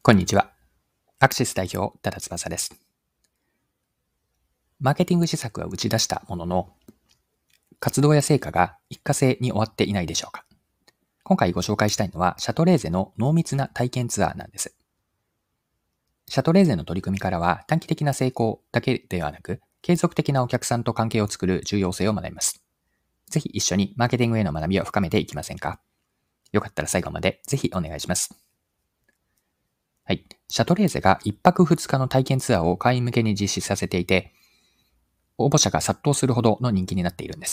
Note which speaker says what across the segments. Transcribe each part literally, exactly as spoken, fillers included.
Speaker 1: こんにちは。アクシス代表、多田翼です。マーケティング施策は打ち出したものの、活動や成果が一過性に終わっていないでしょうか。今回ご紹介したいのは、シャトレーゼの濃密な体験ツアーなんです。シャトレーゼの取り組みからは、短期的な成功だけではなく、継続的なお客さんと関係を作る重要性を学びます。ぜひ一緒にマーケティングへの学びを深めていきませんか。よかったら最後までぜひお願いします。はい。シャトレーゼがいっぱくふつかの体験ツアーを会員向けに実施させていて、応募者が殺到するほどの人気になっているんです。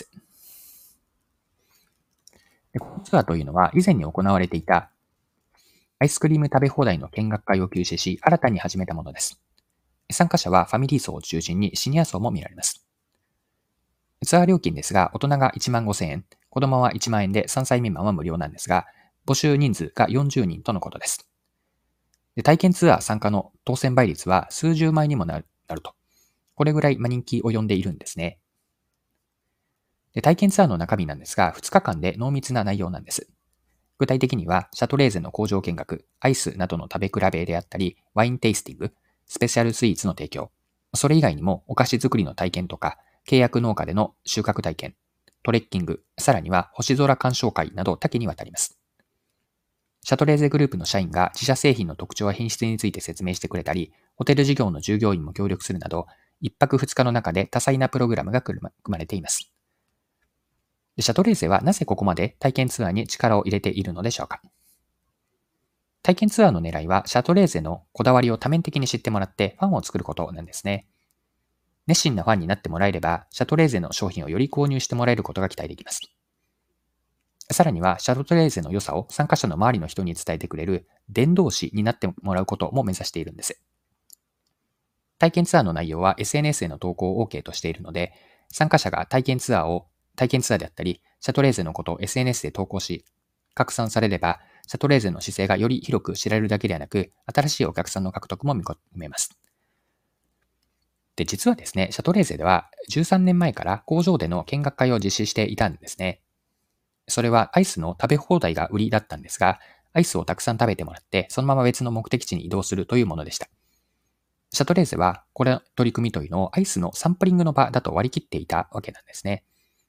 Speaker 1: でこのツアーというのは、以前に行われていたアイスクリーム食べ放題の見学会を休止し、新たに始めたものです。参加者はファミリー層を中心にシニア層も見られます。ツアー料金ですが、大人がいちまんごせんえん、子供はいちまんえんでさんさい未満は無料なんですが、募集人数がよんじゅうにんとのことです。で体験ツアー参加の当選倍率は数十倍にもなるなると。これぐらい人気を呼んでいるんですね。で体験ツアーの中身なんですが、ふつかかんで濃密な内容なんです。具体的には、シャトレーゼの工場見学、アイスなどの食べ比べであったり、ワインテイスティング、スペシャルスイーツの提供、それ以外にもお菓子作りの体験とか、契約農家での収穫体験、トレッキング、さらには星空鑑賞会など多岐にわたります。シャトレーゼグループの社員が自社製品の特徴や品質について説明してくれたり、ホテル事業の従業員も協力するなど、いっぱくふつかの中で多彩なプログラムが組まれています。シャトレーゼはなぜここまで体験ツアーに力を入れているのでしょうか。体験ツアーの狙いは、シャトレーゼのこだわりを多面的に知ってもらってファンを作ることなんですね。熱心なファンになってもらえれば、シャトレーゼの商品をより購入してもらえることが期待できます。さらには、シャトレーゼの良さを参加者の周りの人に伝えてくれる伝道師になってもらうことも目指しているんです。体験ツアーの内容は エスエヌエス への投稿を OK としているので、参加者が体験ツアーを、体験ツアーであったり、シャトレーゼのことを エスエヌエス で投稿し、拡散されれば、シャトレーゼの姿勢がより広く知られるだけではなく、新しいお客さんの獲得も見込めます。で、実はですね、シャトレーゼではじゅうさんねんまえから工場での見学会を実施していたんですね。それはアイスの食べ放題が売りだったんですが、アイスをたくさん食べてもらって、そのまま別の目的地に移動するというものでした。シャトレーゼは、これの取り組みというのをアイスのサンプリングの場だと割り切っていたわけなんですね。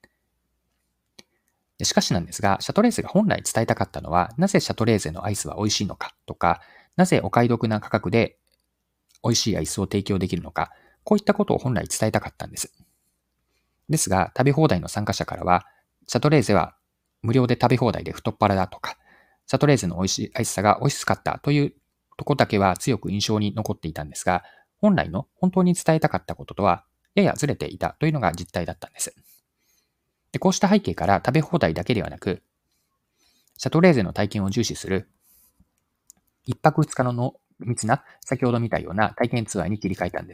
Speaker 1: しかしなんですが、シャトレーゼが本来伝えたかったのは、なぜシャトレーゼのアイスは美味しいのかとか、なぜお買い得な価格で美味しいアイスを提供できるのか、こういったことを本来伝えたかったんです。ですが、食べ放題の参加者からは、シャトレーゼは無料で食べ放題で太っ腹だとか、シャトレーゼの美味しいアイスさが美味しかったというところだけは強く印象に残っていたんですが、本来の本当に伝えたかったこととは、ややずれていたというのが実態だったんです。でこうした背景から食べ放題だけではなく、シャトレーゼの体験を重視するいっぱくふつかの濃密な、先ほど見たような体験ツアーに切り替えたんです。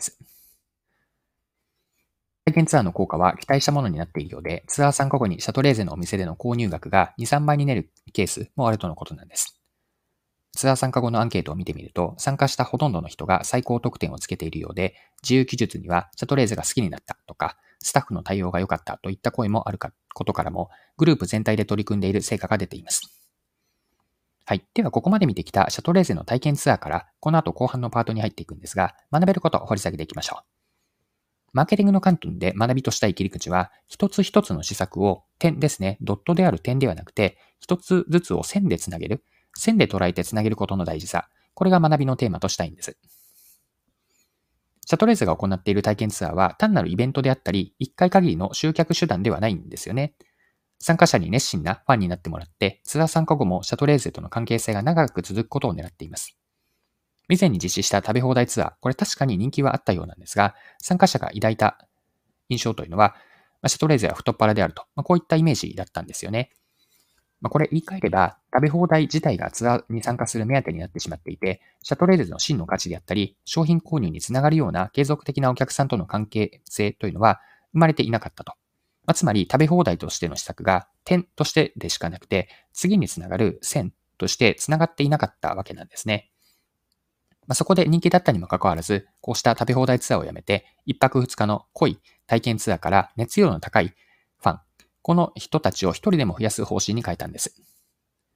Speaker 1: 体験ツアーの効果は期待したものになっているようで、ツアー参加後にシャトレーゼのお店での購入額がに、さんばいになるケースもあるとのことなんです。ツアー参加後のアンケートを見てみると、参加したほとんどの人が最高得点をつけているようで、自由記述にはシャトレーゼが好きになったとか、スタッフの対応が良かったといった声もあることからも、グループ全体で取り組んでいる成果が出ています。はい。では、ここまで見てきたシャトレーゼの体験ツアーから、この後後半のパートに入っていくんですが、学べることを掘り下げていきましょう。マーケティングの観点で学びとしたい切り口は、一つ一つの施策を点ですね、ドットである点ではなくて、一つずつを線でつなげる、線で捉えてつなげることの大事さ、これが学びのテーマとしたいんです。シャトレーゼが行っている体験ツアーは単なるイベントであったり、一回限りの集客手段ではないんですよね。参加者に熱心なファンになってもらって、ツアー参加後もシャトレーゼとの関係性が長く続くことを狙っています。以前に実施した食べ放題ツアー、これ確かに人気はあったようなんですが、参加者が抱いた印象というのは、シャトレーゼは太っ腹であると、こういったイメージだったんですよね。これ言い換えれば、食べ放題自体がツアーに参加する目当てになってしまっていて、シャトレーゼの真の価値であったり、商品購入につながるような継続的なお客さんとの関係性というのは生まれていなかったと。まあ、つまり食べ放題としての施策が点としてでしかなくて、次につながる線としてつながっていなかったわけなんですね。まあ、そこで人気だったにもかかわらず、こうした食べ放題ツアーをやめて、いっぱくふつかの濃い体験ツアーから熱量の高いファン、この人たちを一人でも増やす方針に変えたんです。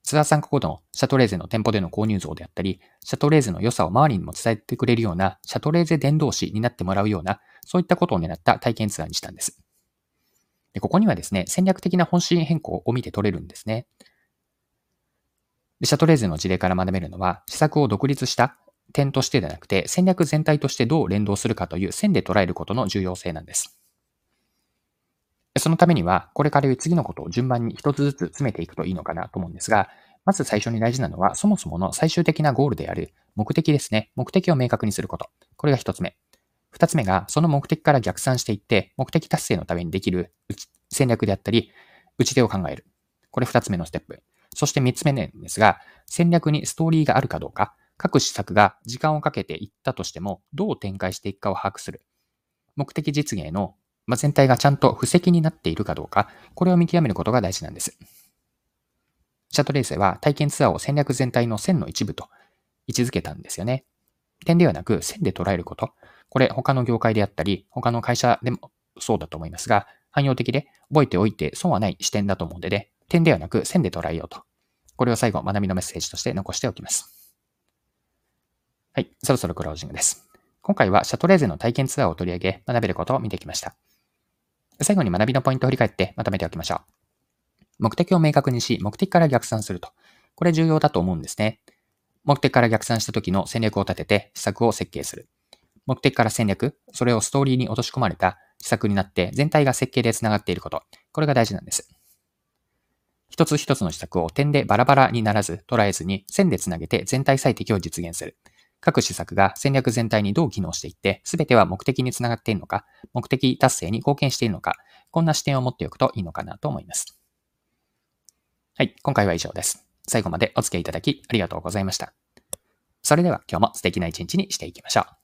Speaker 1: ツアー参加後のシャトレーゼの店舗での購入像であったり、シャトレーゼの良さを周りにも伝えてくれるような、シャトレーゼ伝道師になってもらうような、そういったことを狙った体験ツアーにしたんです。で、ここにはですね、戦略的な方針変更を見て取れるんですね。で、シャトレーゼの事例から学べるのは、施策を独立した点としてではなくて、戦略全体としてどう連動するかという線で捉えることの重要性なんです。そのためには、これから言う次のことを順番に一つずつ詰めていくといいのかなと思うんですが、まず最初に大事なのは、そもそもの最終的なゴールである目的ですね。目的を明確にすること。これが一つ目。二つ目が、その目的から逆算していって、目的達成のためにできる戦略であったり、打ち手を考える。これ二つ目のステップ。そして三つ目なんですが、戦略にストーリーがあるかどうか、各施策が時間をかけていったとしても、どう展開していくかを把握する。目的実現へのまあ、全体がちゃんと布石になっているかどうか、これを見極めることが大事なんです。シャトレーゼは体験ツアーを戦略全体の線の一部と位置づけたんですよね。点ではなく線で捉えること。これ他の業界であったり、他の会社でもそうだと思いますが、汎用的で覚えておいて損はない視点だと思うので、点ではなく線で捉えようと。これを最後学びのメッセージとして残しておきます。はい、そろそろクロージングです。今回はシャトレーゼの体験ツアーを取り上げ学べることを見てきました。最後に学びのポイントを振り返ってまとめておきましょう。目的を明確にし、目的から逆算すると。これ重要だと思うんですね。目的から逆算した時の戦略を立てて施策を設計する。目的から戦略、それをストーリーに落とし込まれた施策になって全体が設計でつながっていること。これが大事なんです。一つ一つの施策を点でバラバラにならず捉えずに線でつなげて全体最適を実現する。各施策が戦略全体にどう機能していって、すべては目的につながっているのか、目的達成に貢献しているのか、こんな視点を持っておくといいのかなと思います。はい、今回は以上です。最後までお付き合いいただきありがとうございました。それでは今日も素敵な一日にしていきましょう。